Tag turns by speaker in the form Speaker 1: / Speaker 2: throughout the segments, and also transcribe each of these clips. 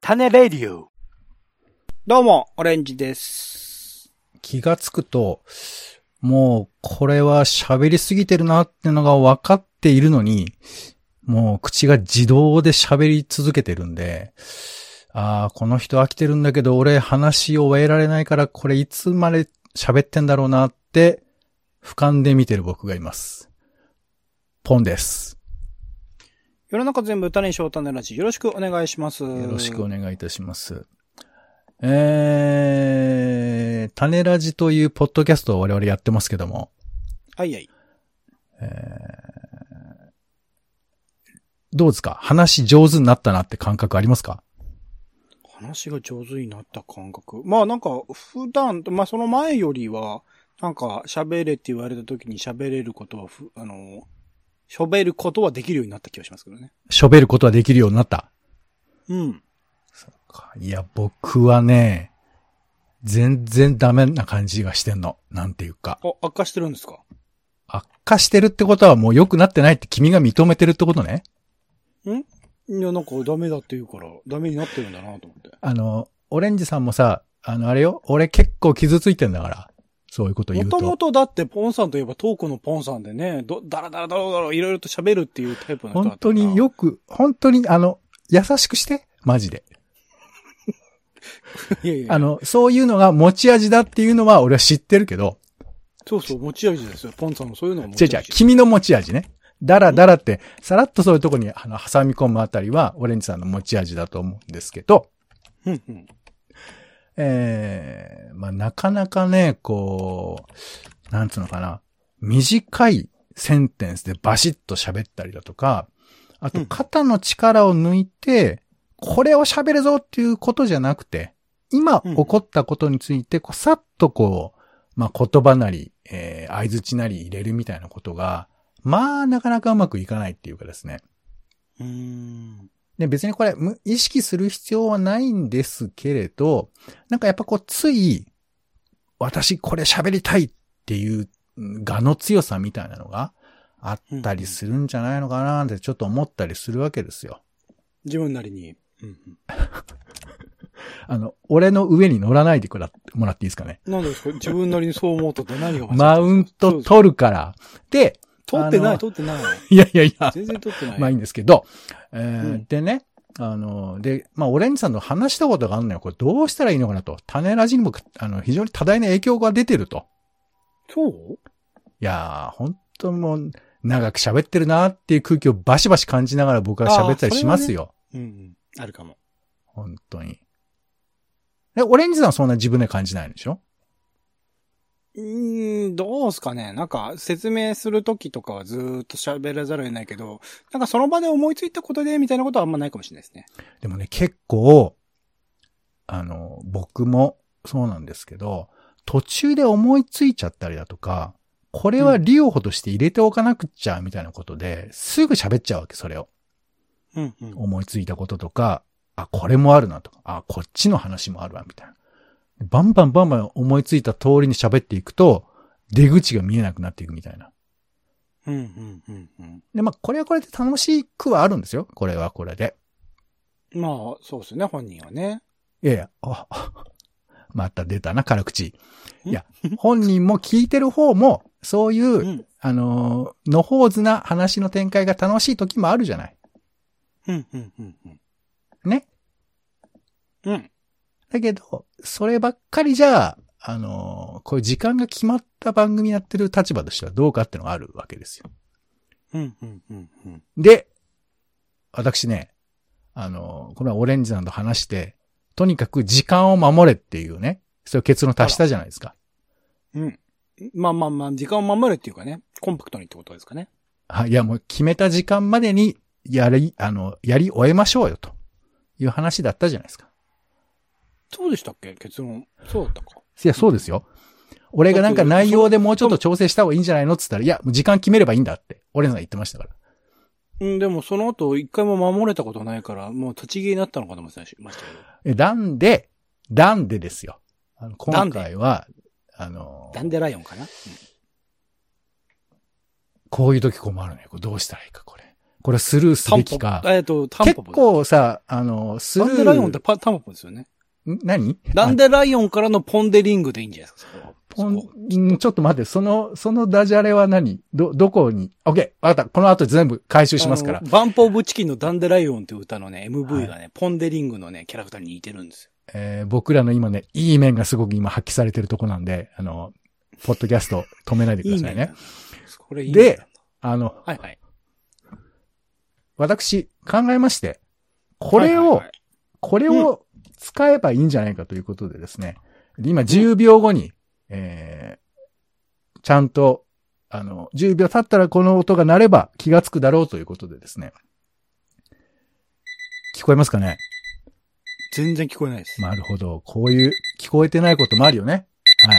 Speaker 1: 種レディオ。
Speaker 2: どうも、オレンジです。
Speaker 3: 気がつくと、もうこれは喋りすぎてるなってのが分かっているのに、もう口が自動で喋り続けてるんで、この人飽きてるんだけど俺話を終えられないからこれいつまで喋ってんだろうなって俯瞰で見てる僕がいます。ポンです。
Speaker 2: 世の中全部種にしよう種ラジよろしくお願いします。
Speaker 3: よろしくお願いいたします。種ラジというポッドキャストを我々やってますけども。
Speaker 2: はいはい。
Speaker 3: どうですか？話上手になったなって感覚ありますか？
Speaker 2: 話が上手になった感覚。まあなんか普段、その前よりは、なんか喋れって言われた時に喋れることは喋ることはできるようになった気がしますけどね。
Speaker 3: 喋ることはできるようになった。
Speaker 2: うん。
Speaker 3: そうか。いや、僕はね、全然ダメな感じがしてんの。なんていうか。
Speaker 2: 悪化してるんですか？
Speaker 3: 悪化してるってことはもう良くなってないって君が認めてるってことね。
Speaker 2: いや、なんかダメだって言うから、ダメになってるんだなと思って。
Speaker 3: オレンジさんもさ、あれよ、俺結構傷ついてんだから。そういうこと言うと。
Speaker 2: もともとだってポンさんといえばトークのポンさんでね、だらいろいろと喋るっていうタイプの人だったから。
Speaker 3: 本当に優しくして、マジで。
Speaker 2: いや
Speaker 3: そういうのが持ち味だっていうのは俺は知ってるけど。
Speaker 2: そう、持ち味ですよ。ポンさんもそういうのが持ち味。
Speaker 3: 違う、君の持ち味ね。だらって、さらっとそういうとこに挟み込むあたりは、オレンジさんの持ち味だと思うんですけど。なかなかね、なんつうのかな。短いセンテンスでバシッと喋ったりだとか、あと肩の力を抜いて、これを喋るぞっていうことじゃなくて、今起こったことについて、さっと言葉なり、相槌なり入れるみたいなことが、なかなかうまくいかないっていうかですね。で、別にこれ、意識する必要はないんですけれど、なんかやっぱつい、私これ喋りたいっていう我の強さみたいなのがあったりするんじゃないのかなってちょっと思ったりするわけですよ。
Speaker 2: 自分なりに。
Speaker 3: 俺の上に乗らないでもらっていいですかね。
Speaker 2: 何ですか？自分なりにそう思うとって何が
Speaker 3: マウント取るから。で、
Speaker 2: 取ってない。
Speaker 3: いや。
Speaker 2: 全然取ってない。
Speaker 3: まあいいんですけど、でね、オレンジさんと話したことがあるのよ。これどうしたらいいのかなと。種ラジにも、非常に多大な影響が出てると。
Speaker 2: そう？
Speaker 3: いやー、本当もう、長く喋ってるなーっていう空気をバシバシ感じながら僕は喋ったりしますよ。
Speaker 2: あるかも。
Speaker 3: 本当に。オレンジさんはそんな自分で感じないでしょ？
Speaker 2: どうすかね。なんか、説明するときとかはずーっと喋らざるを得ないけど、なんかその場で思いついたことで、みたいなことはあんまないかもしれないですね。
Speaker 3: でもね、結構、僕もそうなんですけど、途中で思いついちゃったりだとか、これは利用法として入れておかなくちゃ、みたいなことで、すぐ喋っちゃうわけ、それを。思いついたこととか、これもあるなとか、こっちの話もあるわ、みたいな。バンバン思いついた通りに喋っていくと、出口が見えなくなっていくみたいな。で、これはこれで楽しくはあるんですよ。これはこれで。
Speaker 2: まあ、そうですね、本人はね。
Speaker 3: いや、また出たな、辛口。いや、本人も聞いてる方も、そういう、のほうずな話の展開が楽しい時もあるじゃない。ね。だけど、そればっかりじゃ、こういう時間が決まった番組やってる立場としてはどうかっていうのがあるわけですよ。で、私ね、これはオレンジさんと話して、とにかく時間を守れっていうね、そういう結論足したじゃないですか。
Speaker 2: まあ、時間を守れっていうかね、コンパクトにってことですかね。
Speaker 3: いや、もう決めた時間までにやり終えましょうよという話だったじゃないですか。
Speaker 2: そうでしたっけ？結論。そうだったか。
Speaker 3: いや、そうですよ。俺がなんか内容でもうちょっと調整した方がいいんじゃないのって言ったら、いや、時間決めればいいんだって、俺さん言ってましたから。
Speaker 2: でもその後一回も守れたことないから、もう立ち消えになったのかと思ってましたけ
Speaker 3: ど。なんでですよ。今回は、
Speaker 2: ダンデライオンかな？
Speaker 3: こういう時困るね。どうしたらいいか、これ。 これスルーすべきか。
Speaker 2: タンポポ。
Speaker 3: 結構さ、スルー。
Speaker 2: ダンデライオンってタンポポですよね。
Speaker 3: 何？
Speaker 2: ダンデライオンからのポンデリングでいいんじゃないですか、
Speaker 3: ちょっと待って、そのダジャレは何？どこに？オッケー、わかった。この後全部回収しますから。
Speaker 2: バンプオブチキンのダンデライオンっていう歌のね、MV がね、ポンデリングのね、キャラクターに似てるんです
Speaker 3: よ。僕らの今ね、いい面がすごく今発揮されてるとこなんで、ポッドキャスト止めないでくださいね。
Speaker 2: これいい
Speaker 3: で、
Speaker 2: はいはい。
Speaker 3: 私、考えまして、これを使えばいいんじゃないかということでですね。今10秒後に、ちゃんと、10秒経ったらこの音が鳴れば気がつくだろうということでですね。聞こえますかね？
Speaker 2: 全然聞こえないです。
Speaker 3: なるほど。こういう聞こえてないこともあるよね。はい。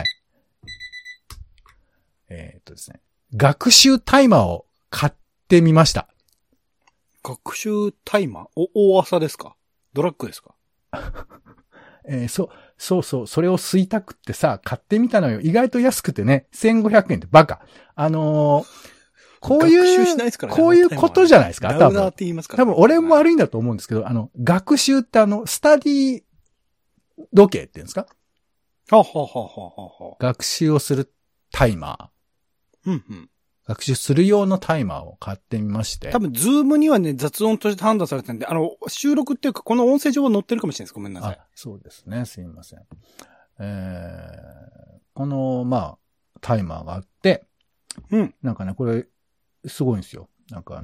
Speaker 3: ですね。学習タイマーを買ってみました。
Speaker 2: 学習タイマー？大朝ですか？ドラッグですか？
Speaker 3: そう、それを吸いたくってさ、買ってみたのよ。意外と安くてね、1500円ってバカ。こういうことじゃないですか、多分。多分俺も悪いんだと思うんですけど、学習ってスタディ時計って言うんですか？学習をするタイマー。学習する用のタイマーを買ってみまして。
Speaker 2: 多分、ズームにはね、雑音として判断されてるんで、収録っていうか、この音声上は載ってるかもしれないです。ごめんなさい。
Speaker 3: そうですね。すいません。この、タイマーがあって、なんかね、これ、すごいんですよ。なんか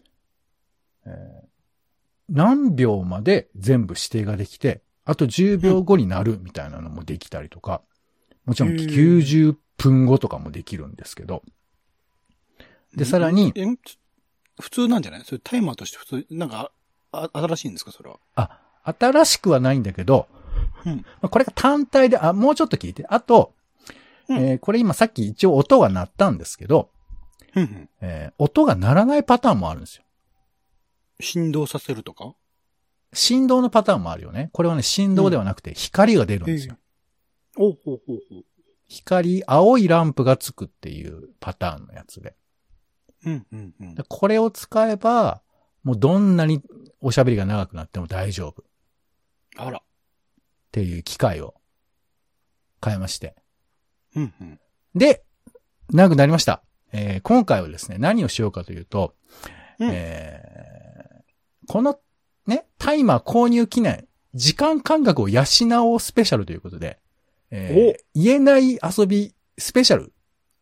Speaker 3: 何秒まで全部指定ができて、あと10秒後になるみたいなのもできたりとか、もちろん90分後とかもできるんですけど、で、さらに、
Speaker 2: 普通なんじゃない？それタイマーとして普通、なんか、新しいんですかそれは。
Speaker 3: 新しくはないんだけど、これが単体で、もうちょっと聞いて。あと、これ今さっき一応音が鳴ったんですけど、音が鳴らないパターンもあるんですよ。
Speaker 2: 振動させるとか？
Speaker 3: 振動のパターンもあるよね。これはね、振動ではなくて光が出るんですよ。光、青いランプがつくっていうパターンのやつで。これを使えば、もうどんなにおしゃべりが長くなっても大丈夫。
Speaker 2: あら。
Speaker 3: っていう機械を買いまして。で、長くなりました。今回はですね、何をしようかというと、このね、タイマー購入記念、時間感覚を養おうスペシャルということで、言えない遊びスペシャル、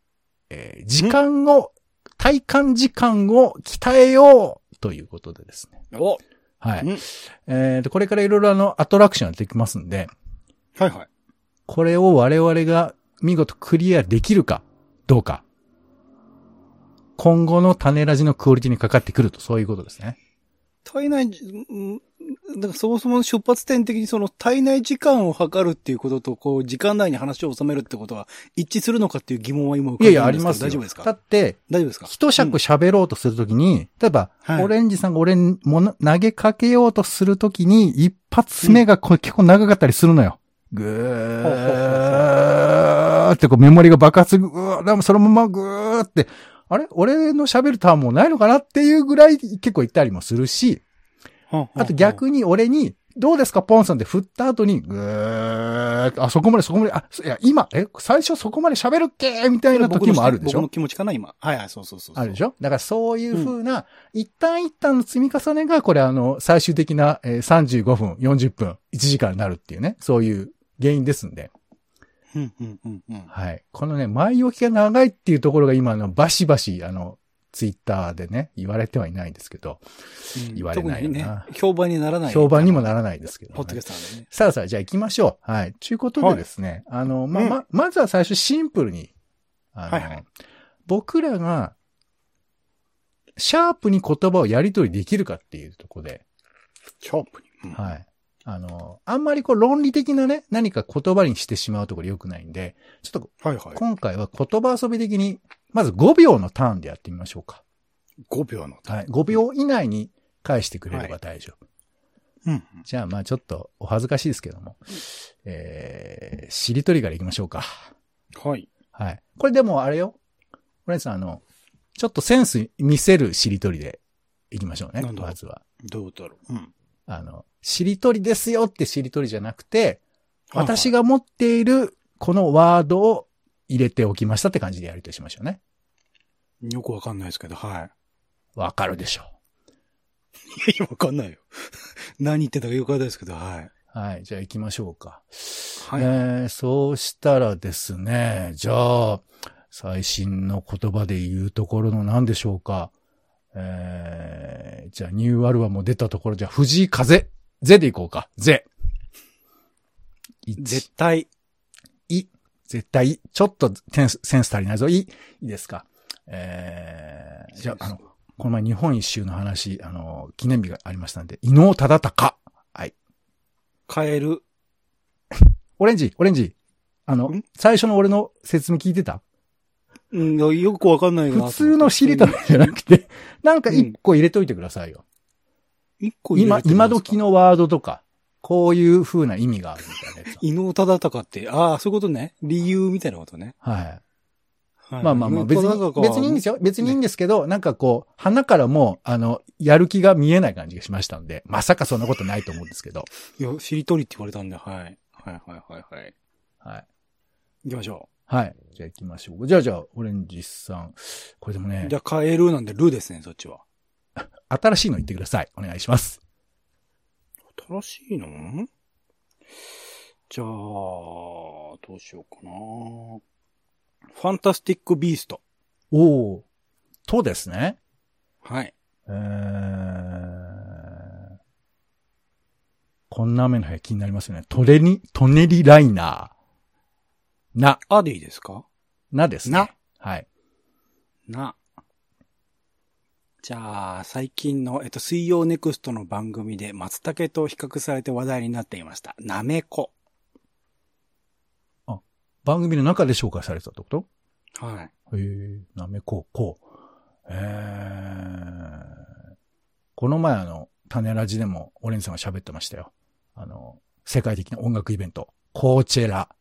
Speaker 3: 体感時間を鍛えようということでですね。はい。これからいろいろアトラクションやっていきますんで。
Speaker 2: はいはい。
Speaker 3: これを我々が見事クリアできるかどうか。今後の種ラジのクオリティにかかってくると、そういうことですね。
Speaker 2: 体内、だからそもそも出発点的にその体内時間を測るっていうことと、こう、時間内に話を収めるってことは一致するのかっていう疑問は今浮かんでるんですけど。
Speaker 3: ありますよ。
Speaker 2: 大丈夫ですか？
Speaker 3: だって、
Speaker 2: 大丈夫ですか？
Speaker 3: 一尺喋ろうとするときに、例えば、オレンジさんが俺に投げかけようとするときに、一発目が結構長かったりするのよ。ぐーってこうメモリが爆発、でもそのままぐーって、あれ俺の喋るターンもないのかなっていうぐらい結構言ったりもするし、あと逆に俺に、どうですかポンさんって振った後に、ぐーっと、そこまで、最初そこまで喋るっけみたいな時もあるでしょ？
Speaker 2: 僕の気持ちかな今。はい、そう。
Speaker 3: あるでしょ？だからそういう風な、一旦の積み重ねが、これ最終的な35分、40分、1時間になるっていうね、そういう原因ですんで。はい。このね、前置きが長いっていうところが今バシバシ、ツイッターでね、言われてはいないんですけど、言われないよな。
Speaker 2: ね、評判にならない。
Speaker 3: 評判にもならないですけど、ね。
Speaker 2: ポッドキャストなんでね。
Speaker 3: さあ、じゃあ行きましょう。はい。ということでですね、まずは最初シンプルに、僕らが、シャープに言葉をやり取りできるかっていうところで。
Speaker 2: シャープに、
Speaker 3: はい。あんまり論理的なね、何か言葉にしてしまうところ良くないんで、ちょっと、今回は言葉遊び的に、まず5秒のターンでやってみましょうか。
Speaker 2: 5秒のターン。
Speaker 3: はい。5秒以内に返してくれれば大丈夫。じゃあちょっとお恥ずかしいですけども、しりとりからいきましょうか。
Speaker 2: はい。
Speaker 3: はい。これでもあれよ。お姉さんちょっとセンス見せるしりとりで行きましょうね。
Speaker 2: なんだろう
Speaker 3: まずは。
Speaker 2: どういうことだろう。うん。
Speaker 3: しりとりですよってしりとりじゃなくて、
Speaker 2: はいはい
Speaker 3: 私が持っているこのワードを入れておきましたって感じでやりとりしましょうね。
Speaker 2: よくわかんないですけど、はい。
Speaker 3: わかるでしょ
Speaker 2: いや、わかんないよ。何言ってたかよくわかんないですけど、はい。
Speaker 3: う。はい。じゃあ行きましょうか。
Speaker 2: はい。
Speaker 3: そうしたらですね、じゃあ、最新の言葉で言うところの何でしょうか。じゃあニューアルバムも出たところ、じゃあ藤井風。ゼでいこうか。ゼ。
Speaker 2: 絶対。
Speaker 3: 絶対。ちょっとセンス足りないぞ。いいですか。じゃあ、この前日本一周の話、記念日がありましたんで、伊能忠敬。はい。
Speaker 2: カエル。
Speaker 3: オレンジ。最初の俺の説明聞いてた？
Speaker 2: うん、よくわかんないな。
Speaker 3: 普通のしりとりじゃなくて、なんか一個入れといてくださいよ。
Speaker 2: 一個入れといてください。
Speaker 3: 今時のワードとか、こういう風な意味があるみたいなやつ。
Speaker 2: 伊能忠敬って、ああ、そういうことね。理由みたいなことね。
Speaker 3: はい。
Speaker 2: はい、
Speaker 3: まあ、別にいいんですよ。別にいいんですけど、なんかこう、鼻からも、やる気が見えない感じがしましたんで、まさかそんなことないと思うんですけど。
Speaker 2: いや、しりとりって言われたんで、はい。はい。
Speaker 3: はい。
Speaker 2: 行きましょ
Speaker 3: う。はい。じゃあ行きましょう。じゃあ、オレンジさん。これでもね。
Speaker 2: じゃあ、カエルなんで、ルですね、そっちは。
Speaker 3: 新しいの言ってください。お願いします。
Speaker 2: 新しいの？じゃあ、どうしようかな。ファンタスティックビースト。
Speaker 3: おー。とですね。
Speaker 2: はい。
Speaker 3: こんな雨の部屋気になりますよね。トネリライナー。な。
Speaker 2: あでいいですか？
Speaker 3: なですね。
Speaker 2: な。
Speaker 3: はい。
Speaker 2: な。じゃあ、最近の、水曜ネクストの番組で松茸と比較されて話題になっていました。なめこ。
Speaker 3: あ、番組の中で紹介されてたってこと？
Speaker 2: はい。
Speaker 3: なめこ、この前種ラジでもオレンジさんが喋ってましたよ。世界的な音楽イベント。コーチェラ。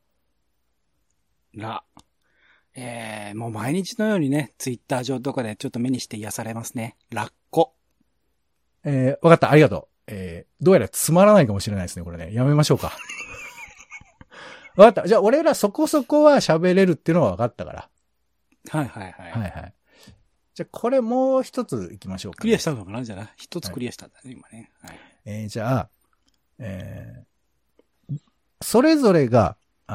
Speaker 2: もう毎日のようにね、ツイッター上とかでちょっと目にして癒されますね。ラッコ。
Speaker 3: わかった、ありがとう。どうやらつまらないかもしれないですね、これね。やめましょうか。わかった。じゃあ、俺らそこそこは喋れるっていうのは分かったから。
Speaker 2: はい。
Speaker 3: じゃあ、これもう一つ行きましょうか、ね。
Speaker 2: クリアしたのかなじゃあ、一つクリアしたんだね、今ね。はい。
Speaker 3: じゃあ、それぞれが、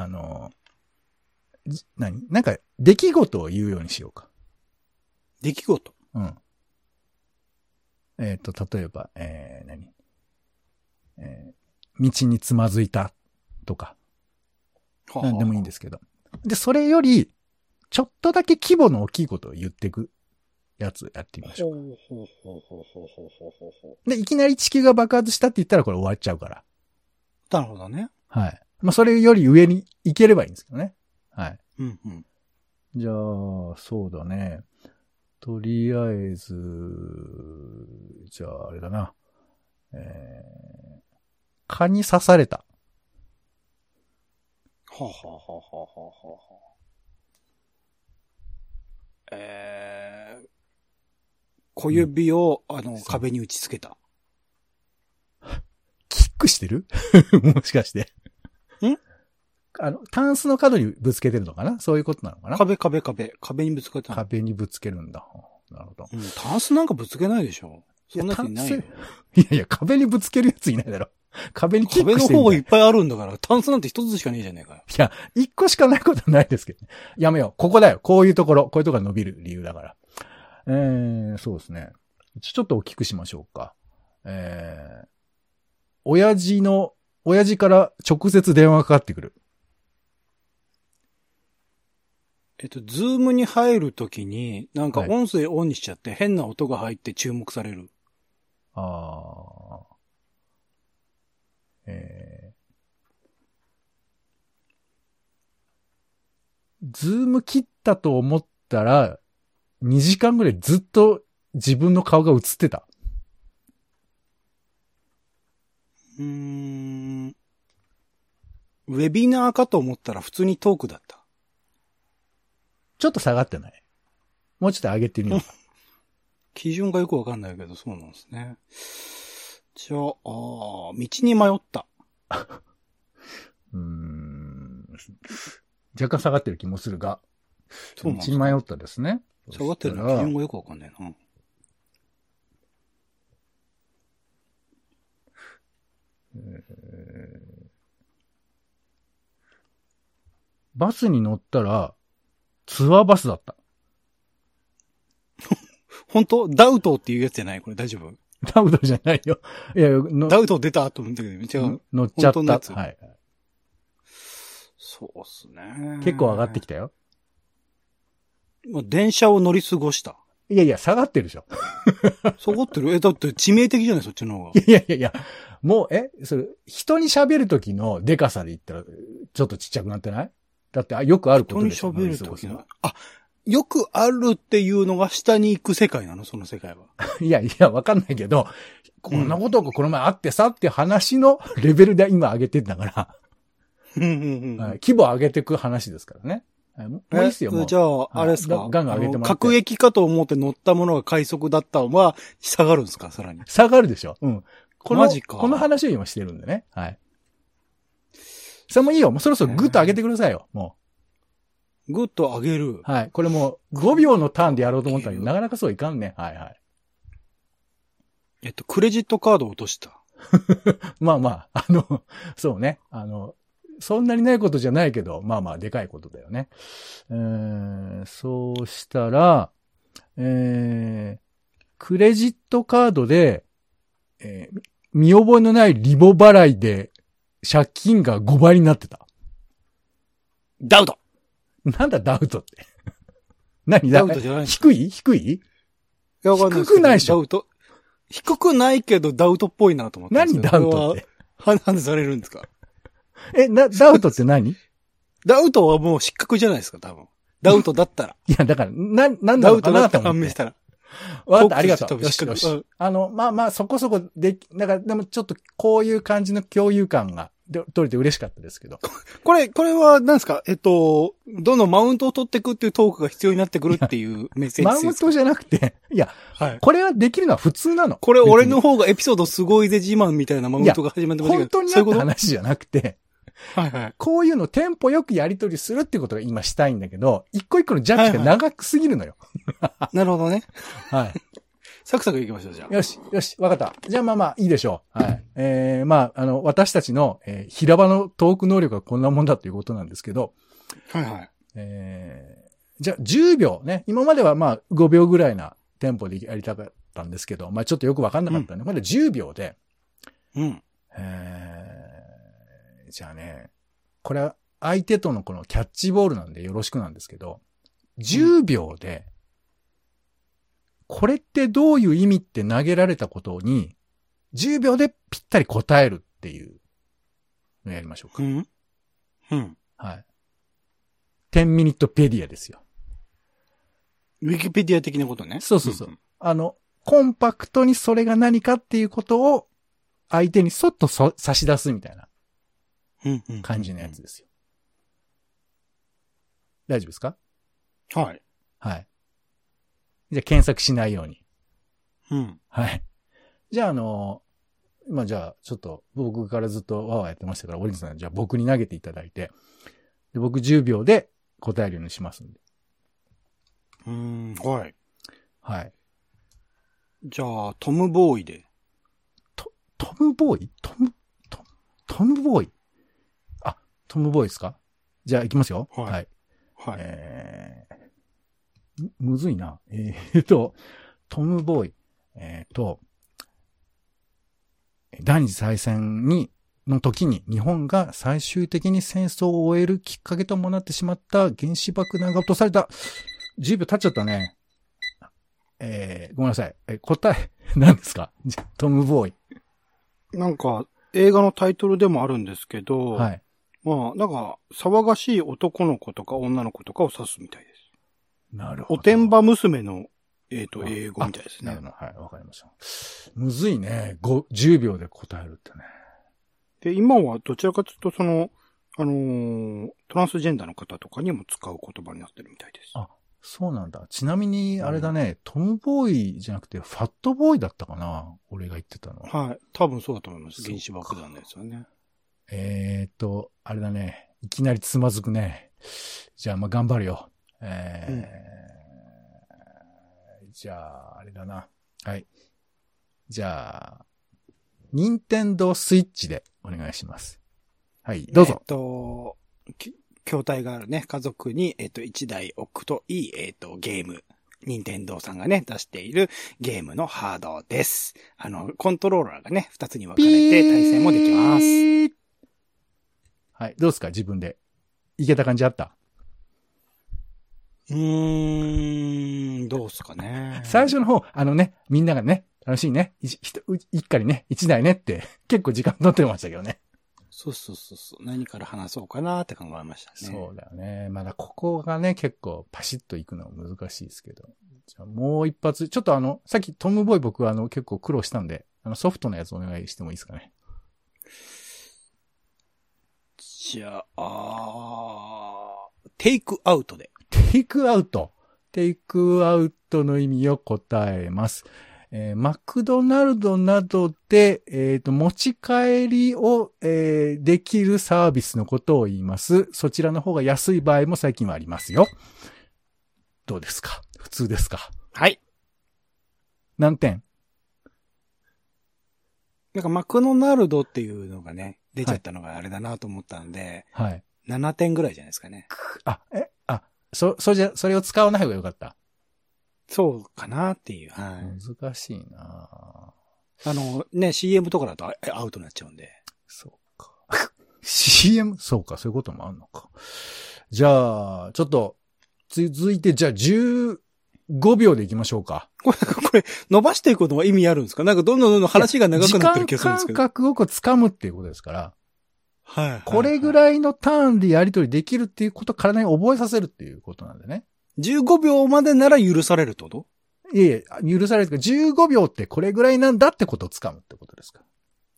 Speaker 3: なんか、出来事を言うようにしようか。
Speaker 2: 出来事？
Speaker 3: うん。例えば、道につまずいたとか。なんでもいいんですけど。で、それより、ちょっとだけ規模の大きいことを言っていくやつやってみましょう。で、いきなり地球が爆発したって言ったらこれ終わっちゃうから。
Speaker 2: なるほどね。
Speaker 3: はい。まあ、それより上に行ければいいんですけどね。はい。じゃあ、そうだね。とりあえず、じゃあ、あれだな。蚊に刺された。 小
Speaker 2: 指を、壁に打ち付けた。
Speaker 3: キックしてるもしかして。タンスの角にぶつけてるのかな？そういうことなのかな？
Speaker 2: 壁にぶつけた。
Speaker 3: 壁にぶつけるんだ。なるほど。
Speaker 2: タンスなんかぶつけないでしょ。そんな人いないよ。
Speaker 3: いや、壁にぶつけるやついないだろ。壁にキックしてる。
Speaker 2: 壁の方がいっぱいあるんだから、タンスなんて一つしかねえじゃねえかよ。
Speaker 3: いや、一個しかないことないですけど、ね。やめよう。ここだよ。こういうところが伸びる理由だから。そうですね。ちょっと大きくしましょうか。親父から直接電話がかかってくる。
Speaker 2: ズームに入るときに、なんか音声オンにしちゃって変な音が入って注目される。
Speaker 3: ズーム切ったと思ったら、2時間ぐらいずっと自分の顔が映ってた。
Speaker 2: ウェビナーかと思ったら普通にトークだった。
Speaker 3: ちょっと下がってない？もうちょっと上げてみようか。
Speaker 2: 基準がよくわかんないけど、そうなんですね。じゃあ、道に迷った。
Speaker 3: 若干下がってる気もするが。
Speaker 2: そうなんです
Speaker 3: 道に迷ったですね。
Speaker 2: 下がってるの基準がよくわかんないな。
Speaker 3: バスに乗ったら、ツアーバスだった。
Speaker 2: 本当ダウトっていうやつじゃないこれ大丈夫
Speaker 3: ダウトじゃないよ。いや、
Speaker 2: ダウト出たと思ったけど、違う。
Speaker 3: 乗っちゃった。はい。
Speaker 2: そうっすね。
Speaker 3: 結構上がってきたよ。
Speaker 2: 電車を乗り過ごした。
Speaker 3: いやいや、下がってるでしょ。
Speaker 2: 下がってるだって致命的じゃないそっちの方が。
Speaker 3: いや、もう、それ、人に喋る時のデカさで言ったら、ちょっとちっちゃくなってない？だって、よくあることでしょ。
Speaker 2: 人に喋る時の。よくあるっていうのが下に行く世界なのその世界は。
Speaker 3: いや、わかんないけど、こんなことがこの前あってさって話のレベルで今上げてんだから。規模上げていく話ですからね。もういいっすよ、もう。
Speaker 2: じゃあ、あれですか。
Speaker 3: ガンガン上げてもらって。
Speaker 2: 各駅かと思って乗ったものが快速だったのは下がるんですかさらに。
Speaker 3: 下がるでしょ。うん。
Speaker 2: マジか。
Speaker 3: この話を今してるんでね。はい。それもいいよ。もうそろそろグッと上げてくださいよ。も
Speaker 2: う。グッと上げる。
Speaker 3: はい。これもう5秒のターンでやろうと思ったらなかなかそういかんね。はいはい。
Speaker 2: クレジットカード落とした。
Speaker 3: まあ、そうね。そんなにないことじゃないけど、まあ、でかいことだよね。そうしたら、クレジットカードで、見覚えのないリボ払いで、借金が5倍になってた。
Speaker 2: ダウト
Speaker 3: なんだダウトって。何
Speaker 2: ダウトじゃない
Speaker 3: 低い低くないでしょ。
Speaker 2: ダウト。低くないけどダウトっぽいなと思って。
Speaker 3: 何ダウトって。
Speaker 2: 判断されるんですか
Speaker 3: ダウトって何
Speaker 2: ダウトはもう失格じゃないですか、多分。ダウトだったら。
Speaker 3: いや、だから、なんだろうかなと思って。
Speaker 2: ダウトだったら判明したら。
Speaker 3: わかった、ありがとう。
Speaker 2: よし。
Speaker 3: まあ、そこそこででもちょっとこういう感じの共有感が取れて嬉しかったですけど。
Speaker 2: これは何ですかどのマウントを取っていくっていうトークが必要になってくるっていうメッセージです。
Speaker 3: マウントじゃなくて、いや、はい、これはできるのは普通なの。
Speaker 2: これ俺の方がエピソードすごいぜ自慢みたいなマウントが始まってましたけど。
Speaker 3: 本当にあった話じゃなくて、
Speaker 2: はいはい。
Speaker 3: こういうのテンポよくやり取りするっていうことが今したいんだけど、一個一個のジャッジが長くすぎるのよ。
Speaker 2: なるほどね。
Speaker 3: はい。
Speaker 2: サクサクいきましょう、じゃあ。
Speaker 3: よし、わかった。じゃあまあ、いいでしょう。はい。私たちの、平場のトーク能力がこんなもんだということなんですけど。
Speaker 2: はいはい。
Speaker 3: じゃあ10秒ね。今までは5秒ぐらいなテンポでやりたかったんですけど、ちょっとよくわかんなかったね。これ10秒で。
Speaker 2: うん。
Speaker 3: じゃあね、これは相手とのこのキャッチボールなんでよろしくなんですけど、10秒で、これってどういう意味って投げられたことに、10秒でぴったり答えるっていうのをやりましょうか。はい。10ミニットペディアですよ。
Speaker 2: ウィキペディア的なことね。
Speaker 3: そう。コンパクトにそれが何かっていうことを相手にそっと差し出すみたいな感じのやつですよ。大丈夫ですか？
Speaker 2: はい。
Speaker 3: はい。じゃあ検索しないように。はい。じゃあじゃあちょっと僕からずっとワーワーやってましたから、オリンさんじゃあ僕に投げていただいて、で僕10秒で答えるようにしますんで。
Speaker 2: はい。
Speaker 3: はい。
Speaker 2: じゃあ、トムボーイで。
Speaker 3: トムボーイトムボーイトムボーイですか？じゃあ行きますよ。はい。はい。むずいな。トムボーイ。第二次大戦の時に日本が最終的に戦争を終えるきっかけともなってしまった原子爆弾が落とされた。10秒経っちゃったね。ごめんなさい。答え、何ですか？トムボーイ。
Speaker 2: なんか、映画のタイトルでもあるんですけど、
Speaker 3: はい。
Speaker 2: 騒がしい男の子とか女の子とかを指すみたいです。
Speaker 3: なるほど。
Speaker 2: おてんば娘の、英語みたいですね。
Speaker 3: なるほど。はい、わかりました。むずいね。10秒で答えるってね。
Speaker 2: で、今はどちらかというとトランスジェンダーの方とかにも使う言葉になってるみたいです。
Speaker 3: そうなんだ。ちなみに、あれだね、トムボーイじゃなくて、ファットボーイだったかな俺が言ってたの。
Speaker 2: はい。多分そうだと思います。原子爆弾のやつはね。
Speaker 3: あれだね。いきなりつまずくね。じゃあ、まあ、頑張るよ。じゃあ、あれだな。はい。じゃあ、任天堂スイッチでお願いします。はい、どうぞ。
Speaker 2: 筐体があるね、家族に、1台置くといい、ゲーム。任天堂さんがね、出しているゲームのハードです。コントローラーがね、2つに分かれて対戦もできます。
Speaker 3: はい、どうですか自分で。いけた感じあった？
Speaker 2: どうすかね。
Speaker 3: 最初の方、みんながね、楽しいね。一家にね、一台ねって、結構時間取ってましたけどね。
Speaker 2: そう。何から話そうかなって考えましたね。
Speaker 3: そうだよね。まだここがね、結構パシッといくのは難しいですけど。じゃあもう一発、ちょっとさっきトムボーイ僕は結構苦労したんで、ソフトのやつお願いしてもいいですかね。
Speaker 2: じゃあ、テイクアウトで。
Speaker 3: テイクアウト。テイクアウトの意味を答えます。マクドナルドなどで、持ち帰りを、できるサービスのことを言います。そちらの方が安い場合も最近はありますよ。どうですか？普通ですか？
Speaker 2: はい。
Speaker 3: 何点？
Speaker 2: なんかマクドナルドっていうのがね、出ちゃったのがあれだなと思ったんで、
Speaker 3: はい。
Speaker 2: 7点ぐらいじゃないですかね。
Speaker 3: それを使わない方がよかった。
Speaker 2: そうかなっていう。はい。
Speaker 3: 難しいな
Speaker 2: ね、CM とかだとアウトになっちゃうんで。
Speaker 3: そうか。CM? そうか、そういうこともあるのか。じゃあ、ちょっと、続いて、じゃあ15秒でいきましょうか。
Speaker 2: これ、伸ばしていくことは意味あるんですか？なんかどんどん話が長くなってる気がするんですけど。
Speaker 3: 時間感覚を掴むっていうことですから。
Speaker 2: はい。
Speaker 3: これぐらいのターンでやり取りできるっていうことを体に覚えさせるっていうことなんでね。
Speaker 2: 15秒までなら許されるってこと？
Speaker 3: いえいえ、許されるけど、15秒ってこれぐらいなんだってことを掴むってことですから。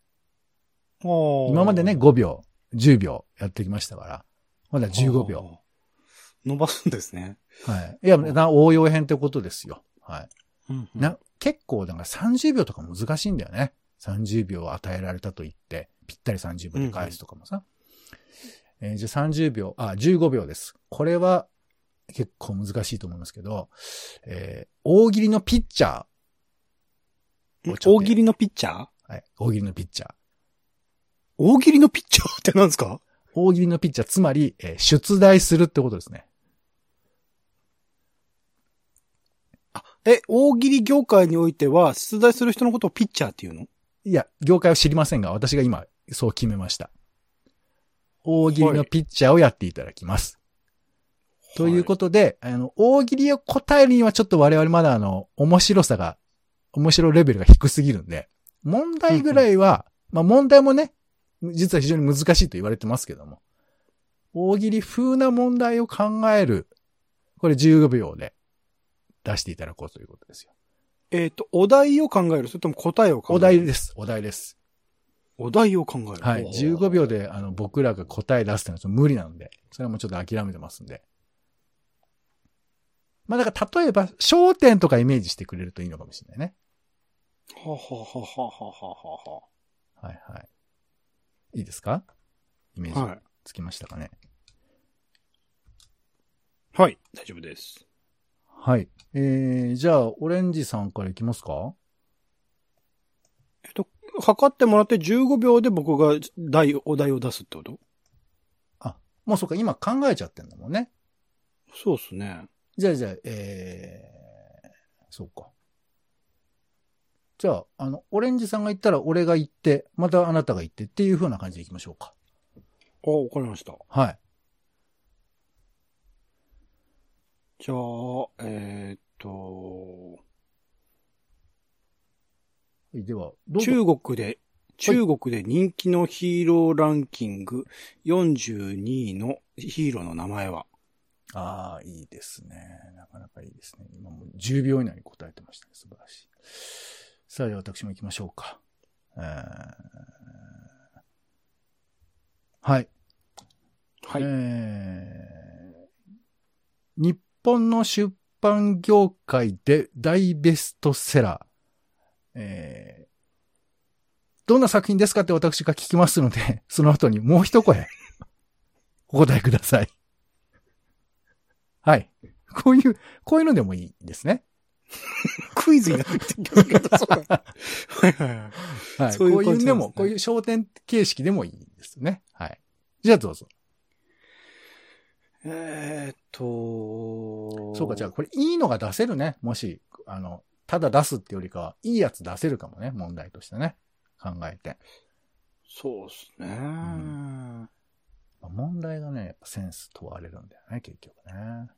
Speaker 3: 今までね、5秒、10秒やってきましたから、まだ15秒。
Speaker 2: 伸ばすんですね。
Speaker 3: はい。いや、応用編ってことですよ。はい。
Speaker 2: うんうん、
Speaker 3: 結構、だから30秒とか難しいんだよね。30秒与えられたと言って、ぴったり30秒で返すとかもさ。じゃあ30秒、15秒です。これは結構難しいと思いますけど、大喜利のピッチャー。
Speaker 2: 大喜利のピッチャー？
Speaker 3: はい。大喜利のピッチャー。
Speaker 2: 大喜利のピッチャーって何ですか？
Speaker 3: 大喜利のピッチャー、つまり、出題するってことですね。
Speaker 2: 大喜利業界においては、出題する人のことをピッチャーって言うの？
Speaker 3: いや、業界を知りませんが、私が今、そう決めました。大喜利のピッチャーをやっていただきます。はい、ということで、大喜利を答えるにはちょっと我々まだ面白レベルが低すぎるんで、問題ぐらいは、まあ問題もね、実は非常に難しいと言われてますけども、大喜利風な問題を考える、これ15秒で出していただこうということですよ。
Speaker 2: お題を考える？それとも答えを考える？
Speaker 3: お題です。お題です。
Speaker 2: お題を考える。
Speaker 3: はい。15秒で僕らが答え出すってのはちょっと無理なんで、それはもうちょっと諦めてますんで。まあだから例えば、焦点とかイメージしてくれるといいのかもしれないね。
Speaker 2: ははははは。
Speaker 3: はいはい。いいですか？イメージつきましたかね。
Speaker 2: はい、大丈夫です。
Speaker 3: はい。じゃあ、オレンジさんからいきますか？
Speaker 2: 測ってもらって15秒で僕がお題を出すってこと？
Speaker 3: もうそうか、今考えちゃってんだもんね。
Speaker 2: そうっすね。
Speaker 3: じゃあ、そうか。じゃあ、オレンジさんが言ったら俺が言って、またあなたが言ってっていう風な感じでいきましょうか。
Speaker 2: わかりました。
Speaker 3: はい。
Speaker 2: じゃあ、
Speaker 3: では、
Speaker 2: 中国で人気のヒーローランキング42位のヒーローの名前は？
Speaker 3: いいですね。なかなかいいですね。今もう10秒以内に答えてましたね。素晴らしい。さあ、では私も行きましょうか。はい。
Speaker 2: はい。
Speaker 3: 日本の出版業界で大ベストセラー。どんな作品ですかって私が聞きますので、その後にもう一声、お答えください。はい。こういうのでもいいですね。
Speaker 2: クイズになってきますけど、そうだ。はいはいはい。
Speaker 3: はい。こういうでも、こういう焦点形式でもいいですね。はい。じゃあどうぞ。そうか、じゃあこれいいのが出せるね。もし、ただ出すってよりかは、いいやつ出せるかもね。問題としてね。考えて。
Speaker 2: そうですね、
Speaker 3: 問題がね、やっぱセンス問われるんだよね、結局ね。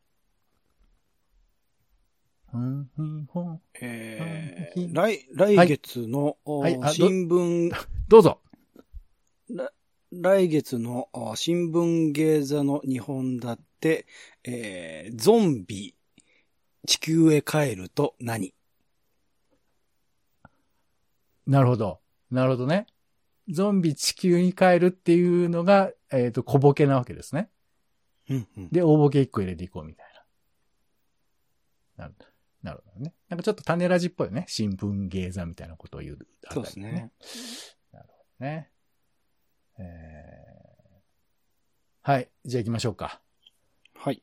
Speaker 2: 来月の、新聞、
Speaker 3: どうぞ。
Speaker 2: 来月の新聞芸座の2本立て、ゾンビ、地球へ帰ると何？
Speaker 3: なるほど。なるほどね。ゾンビ地球に帰るっていうのが、小ボケなわけですね。
Speaker 2: うんうん、
Speaker 3: で、大ボケ1個入れていこうみたいな。なるほどね。なんかちょっと種ラジっぽいよね。新聞芸座みたいなことを言う、ね。
Speaker 2: そうですね。
Speaker 3: なるほどね。はい。じゃあ行きましょうか。
Speaker 2: はい。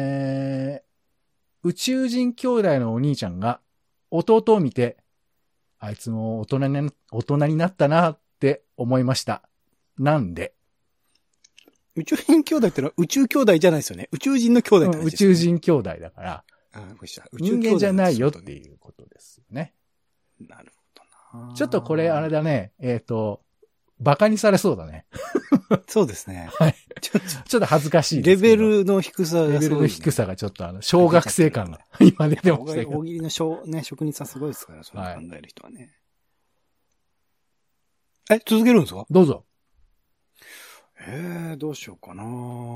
Speaker 3: 宇宙人兄弟のお兄ちゃんが弟を見て、あいつも大人になったなって思いました。なんで？
Speaker 2: 宇宙人兄弟ってのは宇宙兄弟じゃないですよね。宇宙人の兄弟って話ですよね。
Speaker 3: 宇宙人兄弟だから。人間じゃないよっていうことですよね。
Speaker 2: なるほどな。
Speaker 3: ちょっとこれあれだね。バカにされそうだね。
Speaker 2: そうですね。
Speaker 3: はい。ちょっと恥ずかしいです
Speaker 2: けど。レベルの低さが、
Speaker 3: レベルの低さがちょっと小学生感が今出てましたけど。
Speaker 2: 大喜利の職人さんすごいですから、それ考える人はね。続けるんですか？
Speaker 3: どうぞ。
Speaker 2: どうしようかな。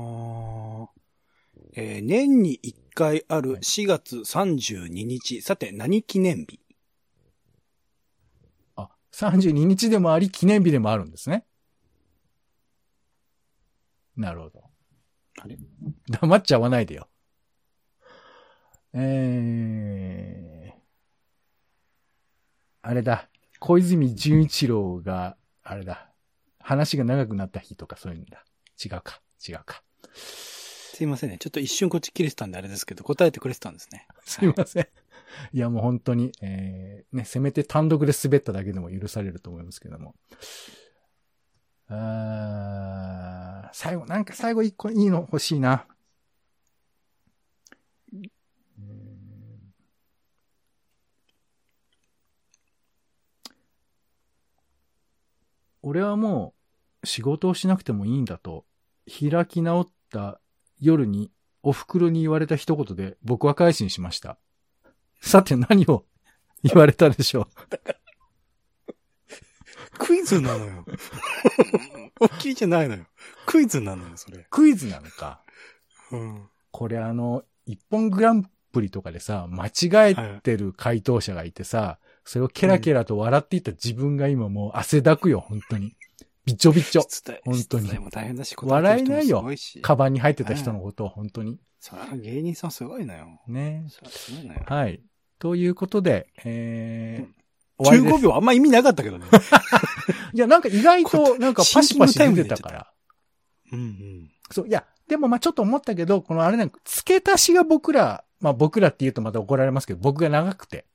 Speaker 2: 年に1回ある4月32日。さて、何記念日
Speaker 3: ？32日でもあり、記念日でもあるんですね。なるほど。
Speaker 2: あれ？
Speaker 3: 黙っちゃわないでよ。あれだ。小泉純一郎が、あれだ。話が長くなった日とかそういうんだ。違うか。
Speaker 2: すいませんね。ちょっと一瞬こっち切れてたんであれですけど、答えてくれてたんですね。
Speaker 3: すいません。いやもう本当に、せめて単独で滑っただけでも許されると思いますけども。最後一個いいの欲しいな。俺はもう仕事をしなくてもいいんだと、開き直った夜にお袋に言われた一言で僕は改心しました。さて何を言われたでしょう。
Speaker 2: クイズなのよ。大きいじゃないのよ。クイズなのよ、それ。
Speaker 3: クイズなのか。
Speaker 2: うん。
Speaker 3: これ一本グランプリとかでさ、間違えてる回答者がいてさ、それをケラケラと笑っていった自分が今もう汗だくよ、本当に。びちょびちょ。本当に。
Speaker 2: 大変だし、
Speaker 3: 笑えないよ。カバンに入ってた人のことを本当に。
Speaker 2: それは芸人さんすごいのよ。
Speaker 3: ね。
Speaker 2: すごいのよ。
Speaker 3: はい。ということで、
Speaker 2: 15秒あんま意味なかったけどね。
Speaker 3: いや、なんか意外となんかパシパシ出てたから。
Speaker 2: うんうん。
Speaker 3: そう、いや、でもちょっと思ったけど、このあれなんか、付け足しが僕らって言うとまた怒られますけど、僕が長くて。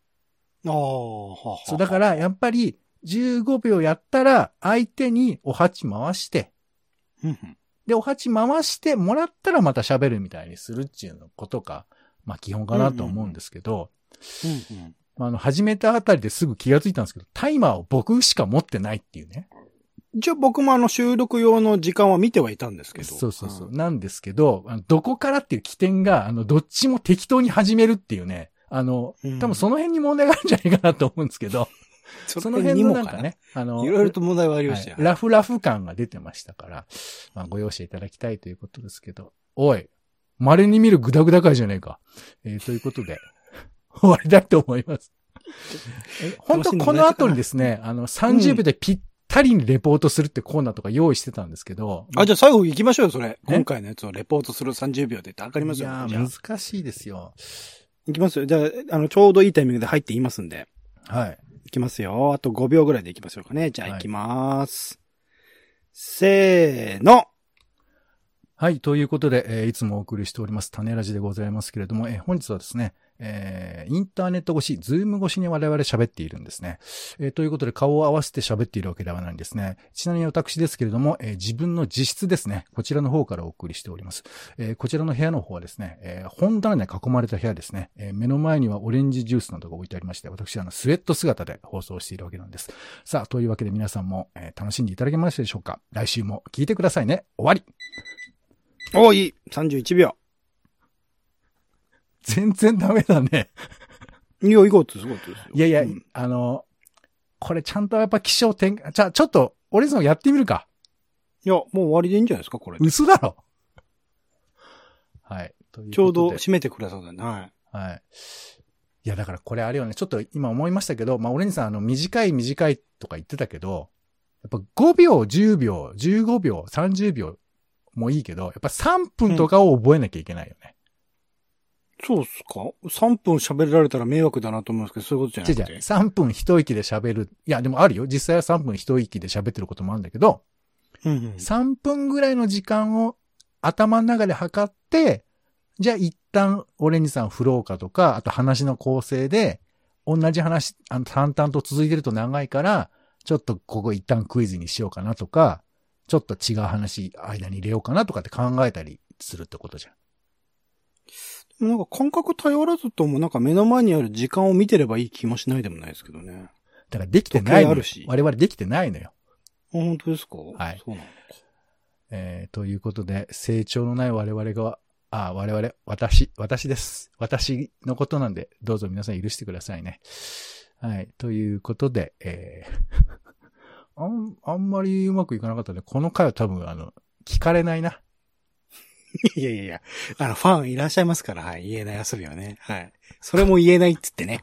Speaker 3: そう、だからやっぱり15秒やったら相手にお鉢回して、で、お鉢回してもらったらまた喋るみたいにするっていうのことが、基本かなと思うんですけど、始めたあたりですぐ気がついたんですけど、タイマーを僕しか持ってないっていうね。
Speaker 2: じゃあ僕も収録用の時間は見てはいたんですけど。
Speaker 3: そう。なんですけど、どこからっていう起点が、どっちも適当に始めるっていうね。多分その辺に問題があるんじゃないかなと思うんですけど、その辺のなんかね、
Speaker 2: いろいろと問題はありましたよ。
Speaker 3: ラフ感が出てましたから、ご容赦いただきたいということですけど、おい、稀に見るグダグダ会じゃねえか。ということで、終わりだと思います。本当この後にですね、30秒でぴっったりにレポートするってコーナーとか用意してたんですけど。
Speaker 2: じゃあ最後行きましょうよ、それ。今回のやつをレポートする30秒でってわかりますよ。
Speaker 3: いやー、難しいですよ。
Speaker 2: 行きますよ。じゃあ、ちょうどいいタイミングで入って言いますんで。
Speaker 3: はい。
Speaker 2: 行きますよ。あと5秒ぐらいで行きましょうかね。じゃあ行きまーす。せーの。
Speaker 3: はい。ということで、いつもお送りしております、種ラジでございますけれども、本日はですね、インターネット越し、ズーム越しに我々喋っているんですね。ということで、顔を合わせて喋っているわけではないんですね。ちなみに私ですけれども、自分の自室ですね。こちらの方からお送りしております。こちらの部屋の方はですね、本棚で囲まれた部屋ですね。目の前にはオレンジジュースなどが置いてありまして、私はスウェット姿で放送しているわけなんです。さあ、というわけで皆さんも、楽しんでいただけましたでしょうか。来週も聞いてくださいね。終わり。
Speaker 2: いい !31 秒。
Speaker 3: 全然ダメだね。
Speaker 2: いや、いこうってすごいですよ。
Speaker 3: いやいや、これちゃんとやっぱ気象転換、じゃあちょっと、俺さんやってみるか。
Speaker 2: いや、もう終わりでいいんじゃないですか、これ。
Speaker 3: 嘘だろ。はい。
Speaker 2: ちょうど締めてくださったね。はい。
Speaker 3: はい。いや、だからこれあれよね、ちょっと今思いましたけど、まあ、オレンジさん短いとか言ってたけど、やっぱ5秒、10秒、15秒、30秒もいいけど、やっぱ3分とかを覚えなきゃいけないよね。
Speaker 2: そうっすか ?3 分喋られたら迷惑だなと思うんですけど、そういうことじゃなくて。
Speaker 3: 3分一息で喋る。いや、でもあるよ。実際は3分一息で喋ってることもあるんだけど、3分ぐらいの時間を頭の中で測って、じゃあ一旦オレンジさん振ろうかとか、あと話の構成で、同じ話、淡々と続いてると長いから、ちょっとここ一旦クイズにしようかなとか、ちょっと違う話間に入れようかなとかって考えたりするってことじゃん。
Speaker 2: なんか感覚頼らずともなんか目の前にある時間を見てればいい気もしないでもないですけどね。
Speaker 3: だからできてないのよ。我々できてないのよ。
Speaker 2: 本当ですか？
Speaker 3: はい。
Speaker 2: そうなの
Speaker 3: か。ということで、成長のない我々が、私です。私のことなんで、どうぞ皆さん許してくださいね。はい。ということで、あんまりうまくいかなかったので、この回は多分、聞かれないな。
Speaker 2: いやいやいや、ファンいらっしゃいますから、はい。言えない遊びはね。はい。それも言えないっつってね。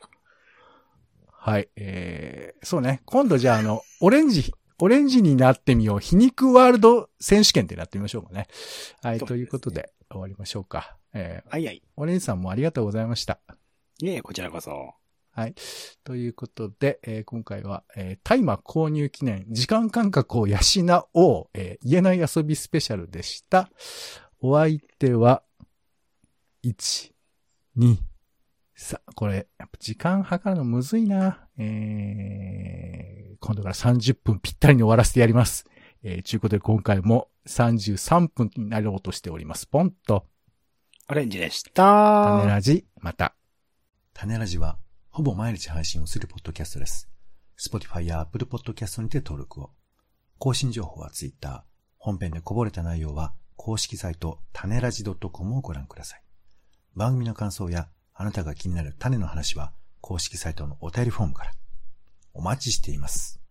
Speaker 3: はい。そうね。今度じゃあ、オレンジになってみよう。皮肉ワールド選手権ってやってみましょうかね。はい。ということで、終わりましょうか。
Speaker 2: はいはい。
Speaker 3: オレンジさんもありがとうございました。
Speaker 2: いえ、こちらこそ。
Speaker 3: はい。ということで、今回は、大麻購入記念、時間感覚を養おう、言えない遊びスペシャルでした。お相手は、1、2、3、これ、やっぱ時間計るのむずいな。今度から30分ぴったりに終わらせてやります。ということで今回も33分になろうとしております。ポンと。
Speaker 2: オレンジでした。
Speaker 3: 種ラジ、また。
Speaker 1: 種ラジは、ほぼ毎日配信をするポッドキャストです。Spotify や Apple Podcast にて登録を。更新情報は Twitter。本編でこぼれた内容は公式サイト種ラジ .com をご覧ください。番組の感想やあなたが気になる種の話は公式サイトのお便りフォームから。お待ちしています。